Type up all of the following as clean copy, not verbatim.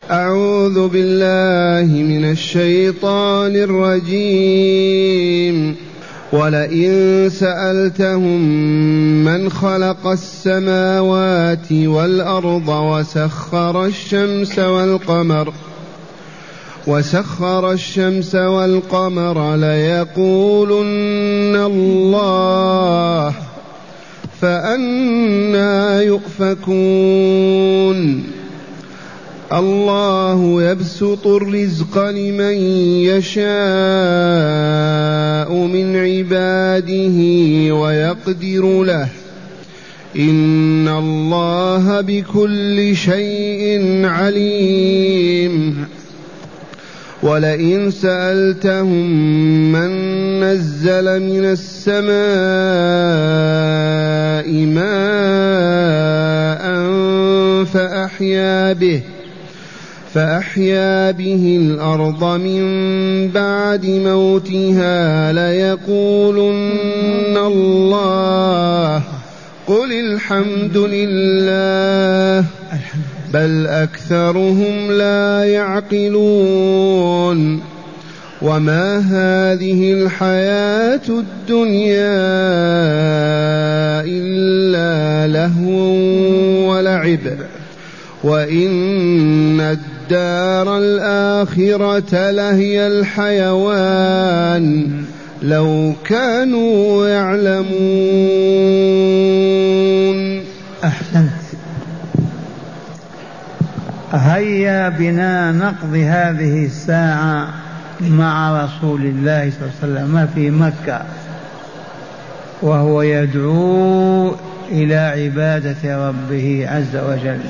أعوذ بالله من الشيطان الرجيم. ولئن سألتهم من خلق السماوات والأرض وسخر الشمس والقمر ليقولن الله فأنى يؤفكون. الله يبسط الرزق لمن يشاء من عباده ويقدر له إن الله بكل شيء عليم. ولئن سألتهم من نزل من السماء ماء فأحيا به الأرض من بعد موتها ليقولن الله قل الحمد لله بل أكثرهم لا يعقلون. وما هذه الحياة الدنيا إلا لهو ولعب وإن الدار الآخرة لهي الحيوان لو كانوا يعلمون. أحسنت. هيا بنا نقضي هذه الساعة مع رسول الله صلى الله عليه وسلم في مكة وهو يدعو إلى عبادة ربه عز وجل،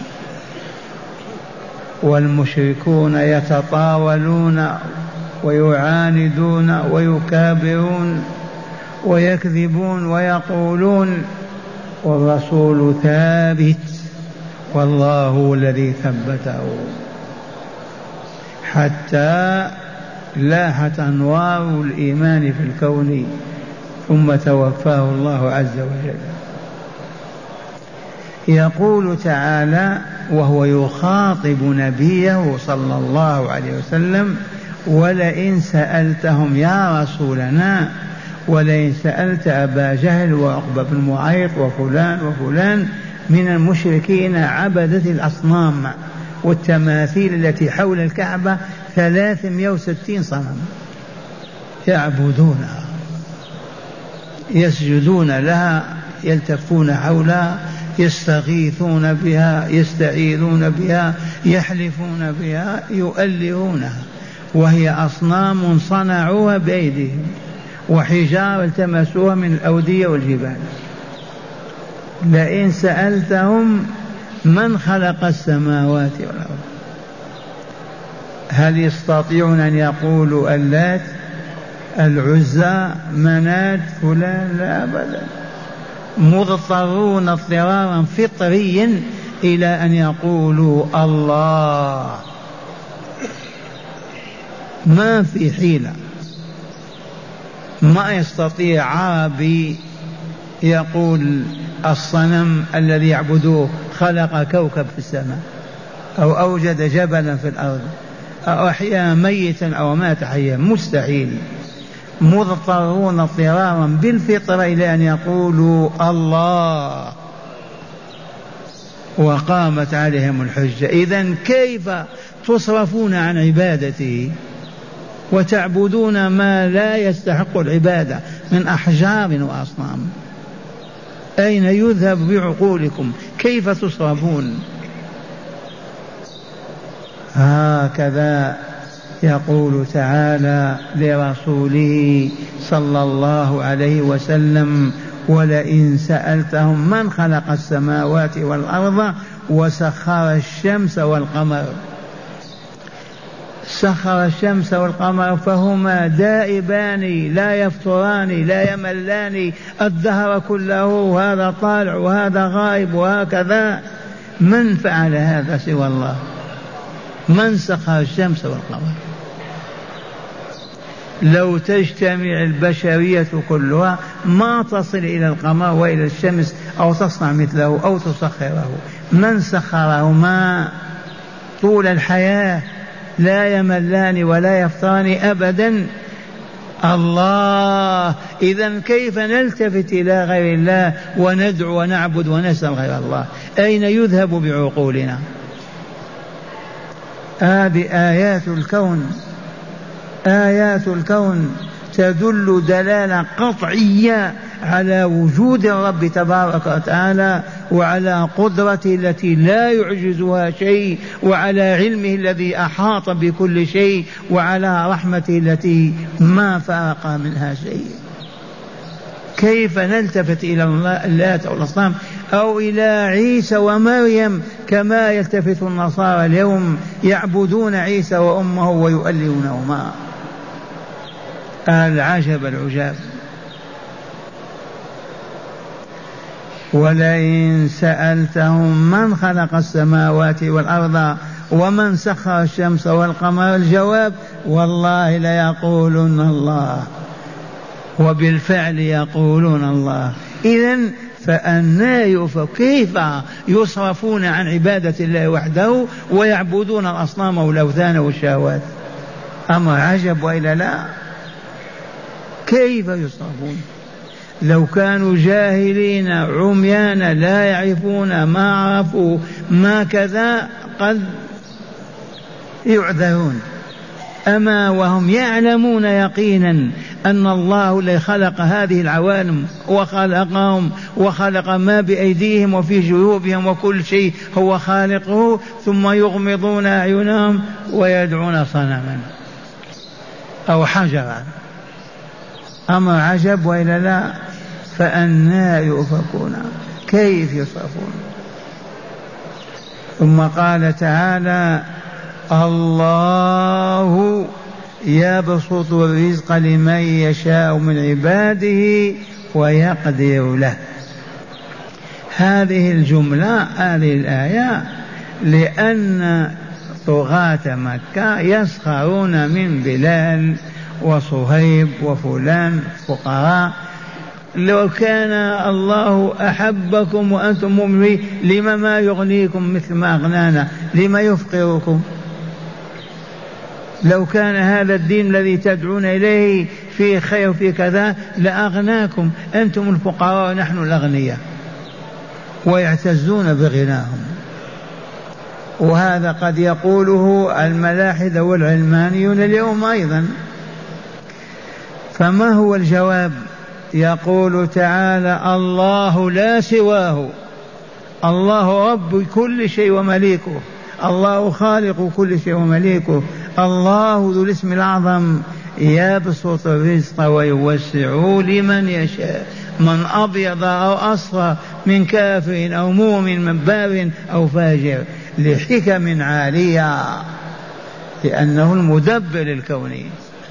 والمشركون يتطاولون ويعاندون ويكابرون ويكذبون ويقولون، والرسول ثابت والله هو الذي ثبته حتى لاحت أنوار الإيمان في الكون ثم توفاه الله عز وجل. يقول تعالى وهو يخاطب نبيه صلى الله عليه وسلم: ولئن سألتهم يا رسولنا، ولئن سألت أبا جهل وعقبة بن معيط وفلان وفلان من المشركين عبدة الأصنام والتماثيل التي حول الكعبة 360 صنم يعبدونها، يسجدون لها، يلتفون حولها، يستغيثون بها، يستعيذون بها، يحلفون بها، يؤلهونها، وهي أصنام صنعوها بأيديهم وحجارة التمسوها من الأودية والجبال. لئن سألتهم من خلق السماوات والأرض، هل يستطيعون أن يقولوا اللات العزى منات فلان؟ لا أبدا، مضطرون اضطرارا فطريا إلى أن يقولوا الله، ما في حيلة. ما يستطيع عربي يقول الصنم الذي يعبدوه خلق كوكب في السماء أو أوجد جبلا في الأرض أو أحيا ميتا أو مات حيا، مستحيل. مضطرون اضطرارا بالفطرة إلى أن يقولوا الله، وقامت عليهم الحجة. إذن كيف تصرفون عن عبادته وتعبدون ما لا يستحق العبادة من أحجار وأصنام؟ أين يذهب بعقولكم؟ كيف تصرفون؟ هكذا يقول تعالى لرسوله صلى الله عليه وسلم: ولئن سألتهم من خلق السماوات والأرض وسخر الشمس والقمر. سخر الشمس والقمر فهما دائبان لا يفتران لا يملان الدهر كله، هذا طالع وهذا غائب وهكذا. من فعل هذا سوى الله؟ من سخر الشمس والقمر؟ لو تجتمع البشرية كلها ما تصل إلى القمر وإلى الشمس أو تصنع مثله أو تسخره. من سخرهما؟ طول الحياة لا يملان ولا يفطران أبدا. الله، إذن كيف نلتفت إلى غير الله وندعو ونعبد ونسأل غير الله؟ أين يذهب بعقولنا؟ هذه آيات الكون تدل دلالة قطعية على وجود الرب تبارك وتعالى، وعلى قدرته التي لا يعجزها شيء، وعلى علمه الذي أحاط بكل شيء، وعلى رحمته التي ما فاق منها شيء. كيف نلتفت إلى اللات أو الأصنام أو إلى عيسى ومريم كما يلتفت النصارى اليوم، يعبدون عيسى وأمه ويؤلهونهما؟ العجب العجاب. ولئن سألتهم من خلق السماوات والأرض ومن سخر الشمس والقمر، الجواب والله ليقولن الله، وبالفعل يقولون الله. إذن فأنا يؤفك؟ كيف يصرفون عن عبادة الله وحده ويعبدون الأصنام والأوثان والشهوات؟ أمر عجب وإلا لا؟ كيف يصرفون؟ لو كانوا جاهلين عميان لا يعرفون ما عرفوا ما كذا قد يعذرون، أما وهم يعلمون يقينا أن الله الذي خلق هذه العوالم وخلقهم وخلق ما بأيديهم وفي جيوبهم وكل شيء هو خالقه، ثم يغمضون أعينهم ويدعون صنما أو حجرا. أمر عجب وإلا لا؟ فأنا يؤفكون؟ كيف يصرفون؟ ثم قال تعالى الله يبسط الرزق لمن يشاء من عباده ويقدر له. هذه الجملة، هذه الآية، لأن طغاة مكة يسخرون من بلال وصهيب وفلان فقراء. لو كان الله أحبكم وأنتم مؤمنين لما ما يغنيكم مثل ما أغنانا؟ لما يفقركم؟ لو كان هذا الدين الذي تدعون إليه فيه خير في كذا لأغناكم، أنتم الفقراء ونحن الأغنياء، ويعتزون بغناهم. وهذا قد يقوله الملاحدة والعلمانيون اليوم أيضا. فما هو الجواب؟ يقول تعالى الله لا سواه، الله رب كل شيء ومليكه، الله خالق كل شيء ومليكه، الله ذو الاسم الأعظم يبسط الرزق ويوسع لمن يشاء، من أبيض أو أصفر، من كافر أو مؤمن، من بار أو فاجر، لحكم عالية، لأنه المدبر الكوني.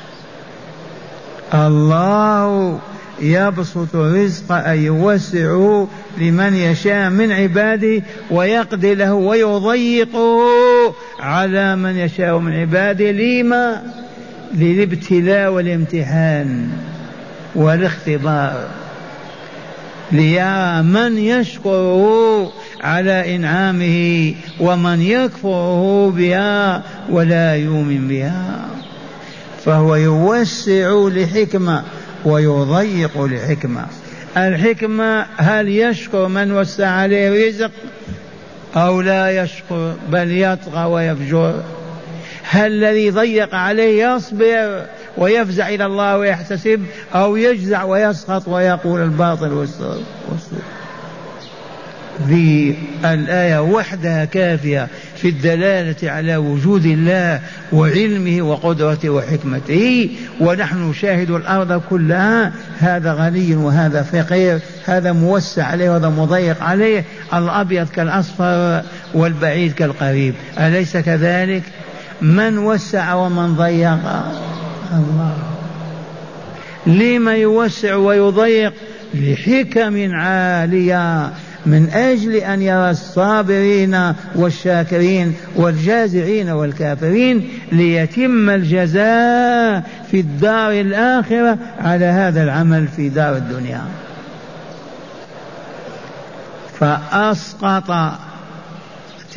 الله يبسط الرزق أي يوسع لمن يشاء من عباده ويقدر له ويضيقه على من يشاء من عباده. لما؟ للابتلاء والامتحان والاختبار، ليرى من يشكره على إنعامه ومن يكفره بها ولا يؤمن بها. فهو يوسع لحكمة ويضيق لحكمة. الحكمة هل يشكر من وسع عليه رزق أو لا يشكر بل يطغى ويفجر؟ هل الذي ضيق عليه يصبر ويفزع إلى الله ويحتسب أو يجزع ويسخط ويقول الباطل والسوء؟ ذي الآية وحدها كافية في الدلالة على وجود الله وعلمه وقدرته وحكمته. ونحن نشاهد الأرض كلها، هذا غني وهذا فقير، هذا موسع عليه وهذا مضيق عليه، الأبيض كالأصفر والبعيد كالقريب، أليس كذلك؟ من وسع ومن ضيق؟ الله. لما يوسع ويضيق؟ لحكم عالية، من أجل أن يرى الصابرين والشاكرين والجازعين والكافرين، ليتم الجزاء في الدار الآخرة على هذا العمل في دار الدنيا.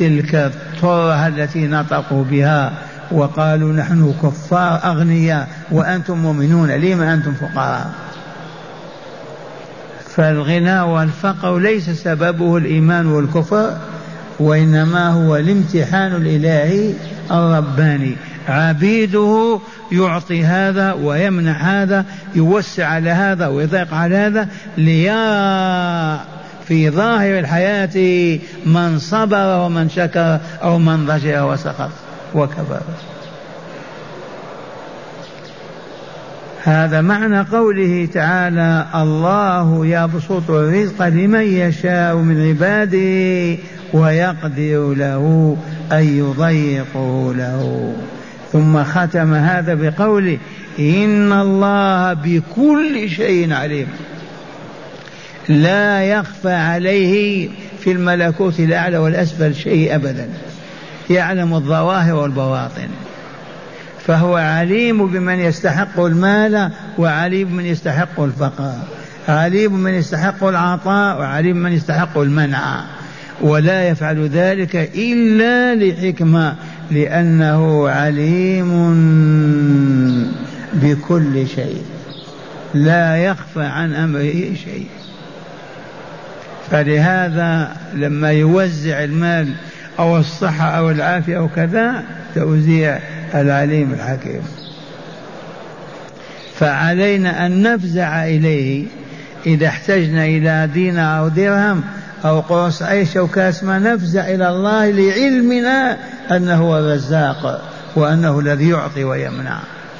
تلك الطرة التي نطقوا بها وقالوا نحن كفار أغنياء وأنتم مؤمنون، لما أنتم فقراء؟ فالغنى والفقر ليس سببه الإيمان والكفر، وإنما هو الامتحان الإلهي الرباني. عبيده يعطي هذا ويمنع هذا، يوسع على هذا ويضيق على هذا، ليرى في ظاهر الحياة من صبر ومن شكر أو من ضجر وسخط وكفر. هذا معنى قوله تعالى: الله يبسط الرزق لمن يشاء من عباده ويقدر له أن يضيقه له. ثم ختم هذا بقوله: إن الله بكل شيء عليم. لا يخفى عليه في الملكوت الأعلى والأسفل شيء أبدا، يعلم الظواهر والبواطن، فهو عليم بمن يستحق المال وعليم بمن يستحق الفقر، عليم بمن يستحق العطاء وعليم بمن يستحق المنع، ولا يفعل ذلك إلا لحكمة، لأنه عليم بكل شيء، لا يخفى عن أمره شيء. فلهذا لما يوزع المال أو الصحة أو العافية أو كذا، توزيع العليم الحكيم. فعلينا أن نفزع إليه إذا احتجنا إلى دينار أو درهم أو قرص عيش أو كاس ماء، نفزع إلى الله لعلمنا أنه هو الرزاق وأنه الذي يعطي ويمنع.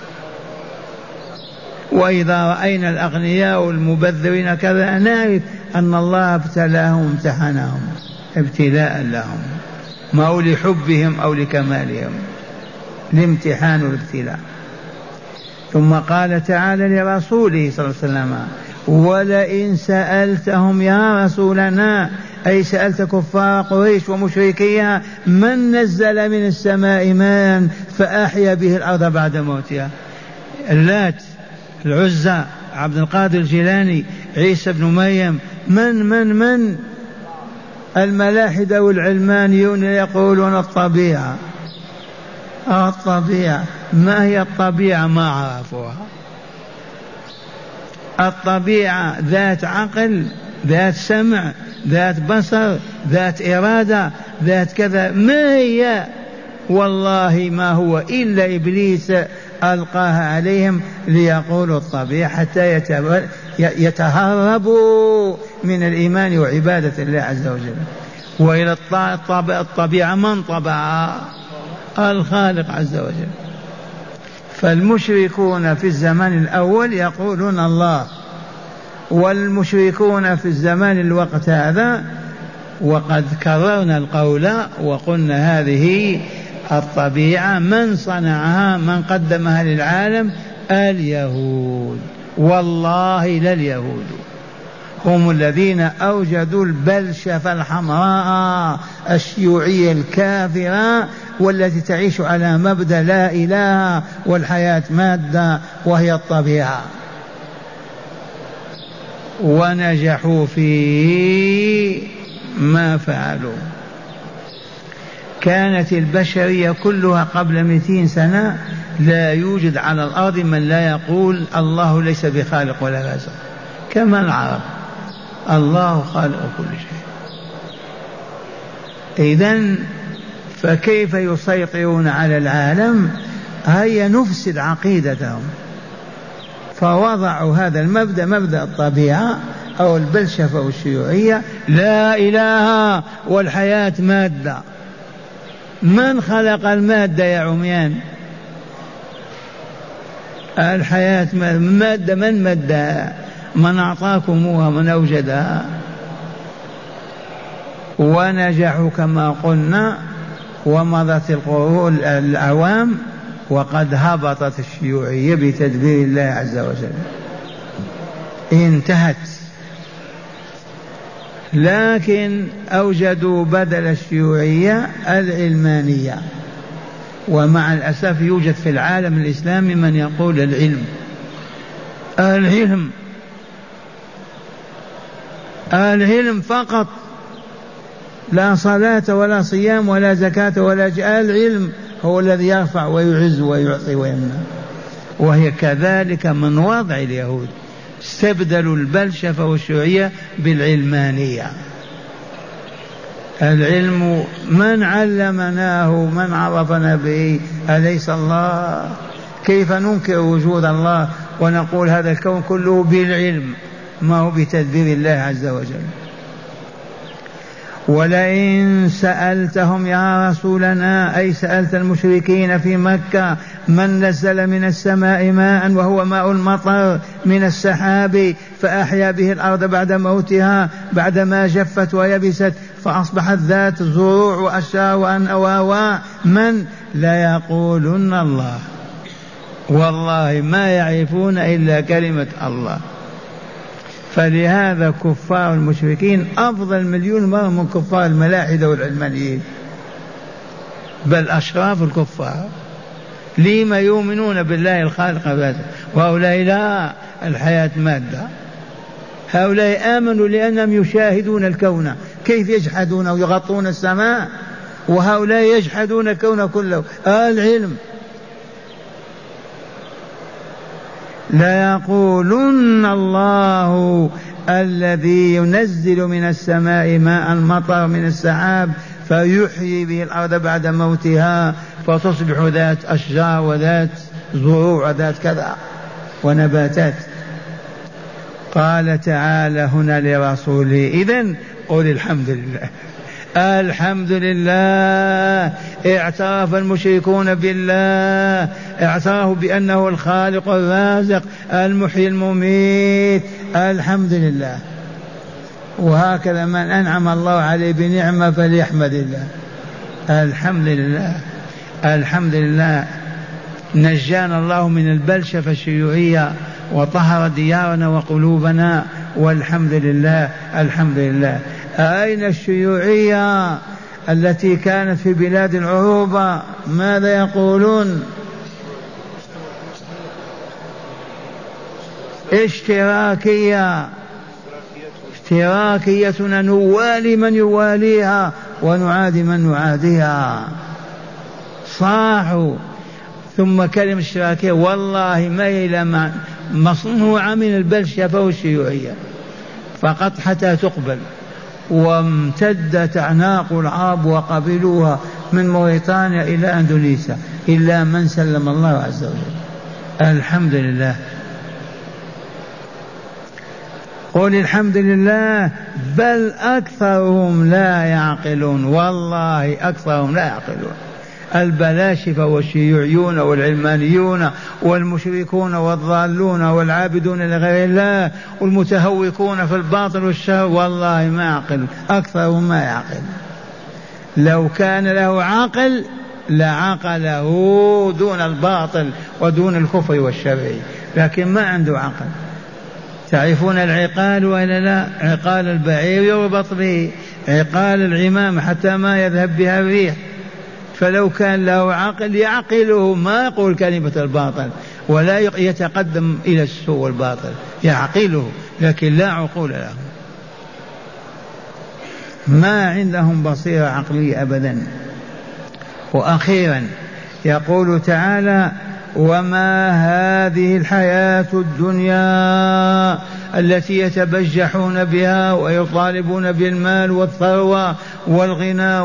وإذا رأينا الأغنياء والمبذرين كذا، نعرف أن الله ابتلاهم امتحنهم ابتلاء لهم، ما هو لحبهم أو لكمالهم، الامتحان والابتلاء. ثم قال تعالى لرسوله صلى الله عليه وسلم: ولئن سألتهم يا رسولنا، أي سألت كفار قريش ومشركيها، من نزل من السماء ماء فأحيا به الأرض بعد موتها؟ اللات، العزى، عبد القادر الجيلاني، عيسى بن مريم، من الملاحدة والعلمانيون يقولون الطبيعة. الطبيعة ما هي الطبيعة؟ ما عرفوها. الطبيعة ذات عقل، ذات سمع، ذات بصر، ذات إرادة، ذات كذا، ما هي؟ والله ما هو إلا إبليس ألقاها عليهم ليقولوا الطبيعة، حتى يتهربوا من الإيمان وعبادة الله عز وجل. وإلى الطبيعة من طبعها؟ الخالق عز وجل. فالمشركون في الزمان الأول يقولون الله، والمشركون في الزمان الوقت هذا، وقد كررنا القول وقلنا هذه الطبيعة من صنعها، من قدمها للعالم؟ اليهود، والله لا اليهود، هم الذين أوجدوا البلشفة الحمراء الشيوعية الكافرة، والتي تعيش على مبدأ لا إله والحياة مادة وهي الطبيعة، ونجحوا في ما فعلوا. كانت البشرية كلها قبل 200 سنة لا يوجد على الأرض من لا يقول الله ليس بخالق ولا رازق، كما العرب، الله خالق كل شيء. إذن فكيف يسيطرون على العالم؟ هيا نفسد عقيدتهم، فوضعوا هذا المبدأ، مبدأ الطبيعة أو البلشفة والشيوعية، لا إله والحياة مادة. من خلق المادة يا عميان؟ الحياة مادة، من مادها؟ من أعطاكموها؟ من أوجدها؟ ونجحوا كما قلنا، ومضت القرون الأعوام وقد هبطت الشيوعية بتدبير الله عز وجل، انتهت. لكن أوجدوا بدل الشيوعية العلمانية، ومع الأسف يوجد في العالم الإسلامي من يقول العلم فقط، لا صلاة ولا صيام ولا زكاة ولا العلم هو الذي يرفع ويعز ويعطي ويمنع. وهي كذلك من وضع اليهود، استبدلوا البلشفة والشيوعية بالعلمانية. العلم من علمناه من عرفنا به؟ أليس الله؟ كيف ننكر وجود الله ونقول هذا الكون كله بالعلم؟ ما هو بتدبير الله عز وجل. ولئن سألتهم يا رسولنا، أي سألت المشركين في مكة، من نزل من السماء ماء وهو ماء المطر من السحاب فأحيا به الأرض بعد موتها بعدما جفت ويبست فأصبحت ذات زروع وأشجار وأنواع، من؟ لا يقولن الله. والله ما يعرفون إلا كلمة الله. فلهذا كفار المشركين أفضل مليون مرة من كفار الملاحدة والعلمانيين، بل أشراف الكفار. لما يؤمنون بالله الخالق ذاته، وهؤلاء لا، الحياة مادة. هؤلاء آمنوا لأنهم يشاهدون الكون، كيف يجحدون ويغطون السماء؟ وهؤلاء يجحدون الكون كله. العلم. لا يقولن الله الذي ينزل من السماء ماء المطر من السحاب فيحيي به الأرض بعد موتها فتصبح ذات أشجار وذات زروع وذات كذا ونباتات. قال تعالى هنا لرسوله: إذن قل الحمد لله. الحمد لله. اعترف المشركون بالله، اعترفوا بأنه الخالق الرازق المحيي المميت. الحمد لله. وهكذا من أنعم الله عليه بنعمة فليحمد الله. الحمد لله. الحمد لله. نجانا الله من البلشفة الشيوعية وطهر ديارنا وقلوبنا، والحمد لله. الحمد لله. أين الشيوعية التي كانت في بلاد العروبة؟ ماذا يقولون؟ اشتراكيتنا، نوالي من يواليها ونعادي من نعاديها. صاحوا. ثم كلمة اشتراكية والله ما إلى مصنوعة من البلشفة والشيوعية فقط حتى تقبل. وامتدت أعناق العرب وقبلوها من موريتانيا إلى أندونيسيا إلا من سلم الله عز وجل. الحمد لله. قل الحمد لله. بل أكثرهم لا يعقلون. والله أكثرهم لا يعقلون. البلاشفة والشيوعيون والعلمانيون والمشركون والضالون والعابدون لغير الله والمتهوكون في الباطل والشر والله ما يعقل. أكثرهم ما يعقل. لو كان له عقل لعقله دون الباطل ودون الكفر والشر، لكن ما عنده عقل. تعرفون العقال ولا لا؟ عقال البعير يربط به، عقال العمام حتى ما يذهب بها الريح. فلو كان له عقل يعقله، ما يقول كلمة الباطل ولا يتقدم إلى السوء والباطل، يعقله، لكن لا عقول له. ما عندهم بصيرة عقلية أبدا. وأخيرا يقول تعالى: وما هذه الحياة الدنيا التي يتبجحون بها ويطالبون بالمال والثروة والغنى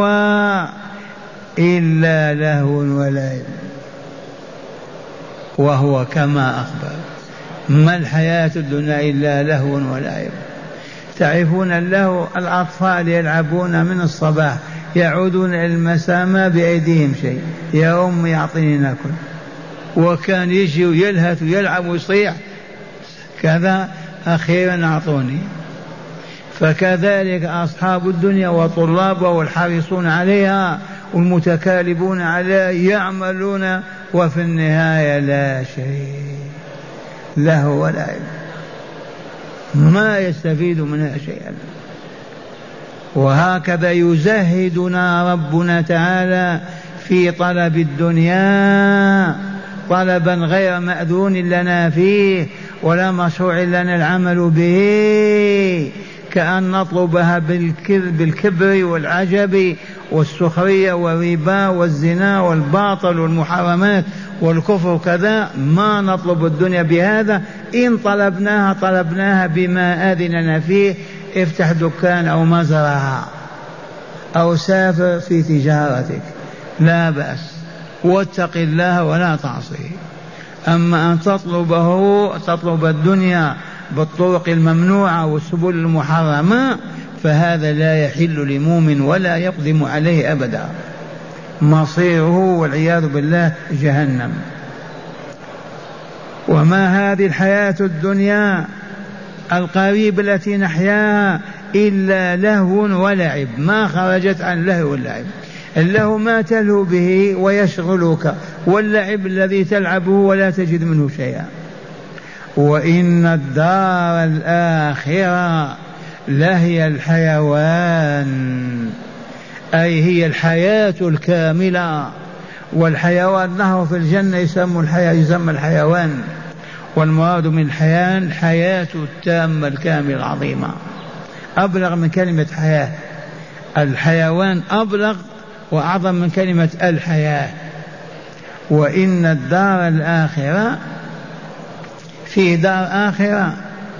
إلا لهو ولعب. وهو كما أخبر: ما الحياة الدنيا إلا لهو ولعب. تعرفون اللهو؟ الأطفال يلعبون من الصباح يعودون إلى المساء ما بأيديهم شيء، يا أم يعطيني ناكل. وكان يجي ويلهث ويلعب ويصيح كذا، أخيرا أعطوني. فكذلك أصحاب الدنيا وطلابها والحريصون عليها والمتكالبون عليها يعملون وفي النهاية لا شيء، له ولا علم، ما يستفيد منها شيئا. وهكذا يزهدنا ربنا تعالى في طلب الدنيا طلبا غير مأذون لنا فيه ولا مشروع لنا العمل به، كأن نطلبها بالكبر والعجب والسخرية والربا والزنا والباطل والمحرمات والكفر كذا. ما نطلب الدنيا بهذا، إن طلبناها بما آذن لنا فيه. افتح دكان أو مزرعة أو سافر في تجارتك لا بأس، واتق الله ولا تعصيه. أما أن تطلب الدنيا بالطرق الممنوعة والسبل المحرمة فهذا لا يحل لمؤمن ولا يقدم عليه أبدا، مصيره والعياذ بالله جهنم. وما هذه الحياة الدنيا القريب التي نحياها إلا لهو ولعب، ما خرجت عن اللهو واللعب. اللهو ما تلهو به ويشغلك، واللعب الذي تلعبه ولا تجد منه شيئا. وإن الدار الآخرة لهي الحيوان، أي هي الحياة الكاملة. والحيوان له في الجنة يسمى الحيوان، والمراد من الحياة التامة الكاملة العظيمة، أبلغ من كلمة حياة. الحيوان أبلغ وأعظم من كلمة الحياة. وإن الدار الآخرة، في دار آخرة.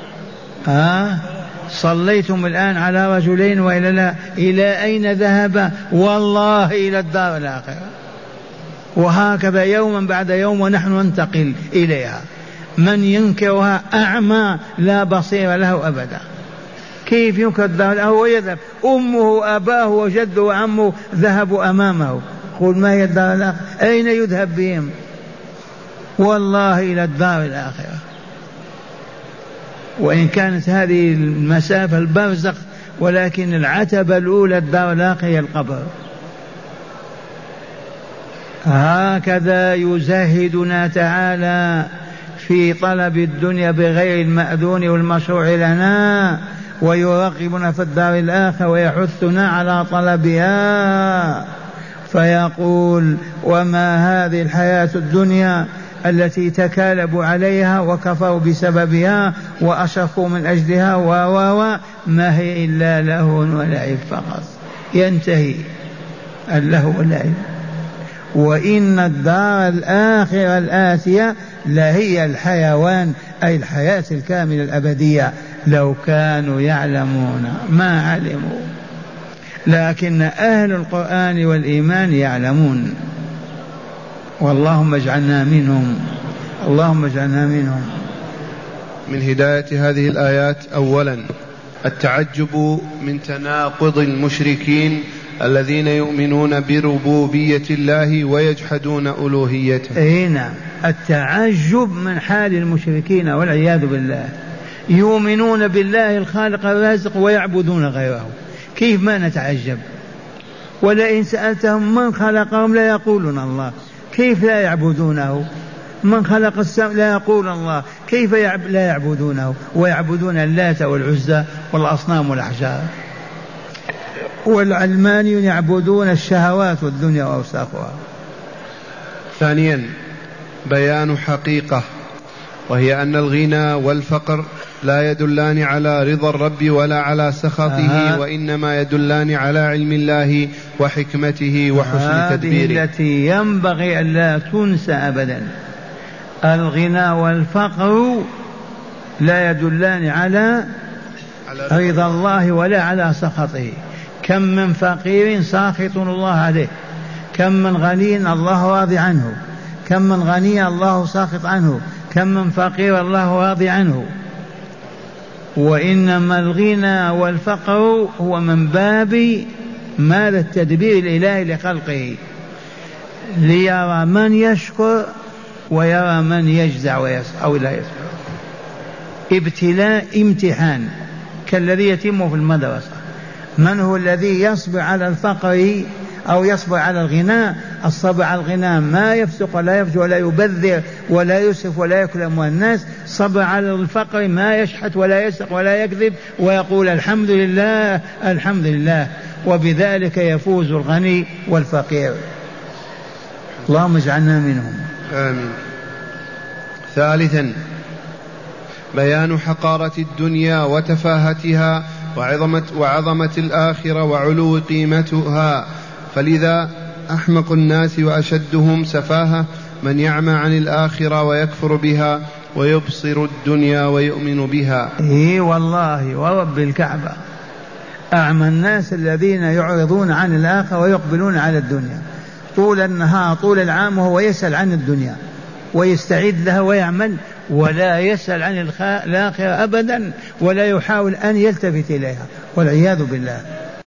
صليتم الآن على رجلين وإلا لا؟ إلى أين ذهب؟ والله إلى الدار الآخرة. وهكذا يوما بعد يوم ونحن ننتقل إليها. من ينكرها أعمى لا بصير له أبدا. كيف ينكر الدار الآخرة؟ هو يذهب، أمه أباه وجده وعمه ذهبوا أمامه. قل ما هي الدار الآخرة؟ أين يذهب بهم؟ والله إلى الدار الآخرة. وإن كانت هذه المسافة البرزخ، ولكن العتبة الأولى الدار الآخرة هي القبر. هكذا يزهدنا تعالى في طلب الدنيا بغير المأذون والمشروع لنا، ويرغبنا في الدار الآخرة ويحثنا على طلبها. فيقول: وما هذه الحياة الدنيا التي تكالبوا عليها وكفروا بسببها وأشركوا من أجلها ما هي إلا لهو ولعب فقط. ينتهي اللهو واللعب. وإن الدار الآخرة الآتية لهي الحيوان، أي الحياة الكاملة الأبدية. لو كانوا يعلمون ما علموا، لكن أهل القرآن والإيمان يعلمون. واللهم اجعلنا منهم، اللهم اجعلنا منهم. من هداية هذه الآيات: أولا التعجب من تناقض المشركين الذين يؤمنون بربوبية الله ويجحدون ألوهيته. نعم، التعجب من حال المشركين والعياذ بالله، يؤمنون بالله الخالق الرازق ويعبدون غيره. كيف ما نتعجب؟ ولئن سألتهم من خلقهم لا يقولون الله. كيف لا يعبدونه؟ من خلق السماء لا يقول الله. كيف لا يعبدونه ويعبدون اللات والعزى والأصنام والأحجار؟ والعلمانيون يعبدون الشهوات والدنيا وأوساخها. ثانيا بيان حقيقة، وهي أن الغنى والفقر لا يدلان على رضا الرب ولا على سخطه، وإنما يدلان على علم الله وحكمته وحسن تدبيره. هذه التي ينبغي أن لا تنسى أبدا. الغنى والفقر لا يدلان على رضا الله ولا على سخطه. كم من فقير ساخط الله عليه، كم من غني الله راضي عنه، كم من غني الله ساخط عنه، كم من فقير الله راضي عنه. وإنما الغنى والفقر هو من باب ماذا؟ التدبير الإلهي لخلقه، ليرى من يشكر ويرى من يجزع ويسخر أو لا يسخر. ابتلاء، امتحان، كالذي يتم في المدرسة. من هو الذي يصبر على الفقر أو يصبر على الغنى؟ الصبر على الغنى ما يفسق ولا يفجر ولا يبذر ولا يسرف ولا يأكل أموال الناس. صبر على الفقر ما يشحت ولا يسرق ولا يكذب ويقول الحمد لله الحمد لله. وبذلك يفوز الغني والفقير. اللهم اجعلنا منهم، آمين. ثالثا بيان حقارة الدنيا وتفاهتها وعظمة الآخرة وعلو قيمتها. فلذا أحمق الناس وأشدهم سفاهة من يعمى عن الآخرة ويكفر بها ويبصر الدنيا ويؤمن بها. والله ورب الكعبة أعمى الناس الذين يعرضون عن الآخرة ويقبلون على الدنيا طول النهار طول العام، وهو يسأل عن الدنيا ويستعد لها ويعمل، ولا يسأل عن الآخرة أبدا، ولا يحاول أن يلتفت إليها، والعياذ بالله.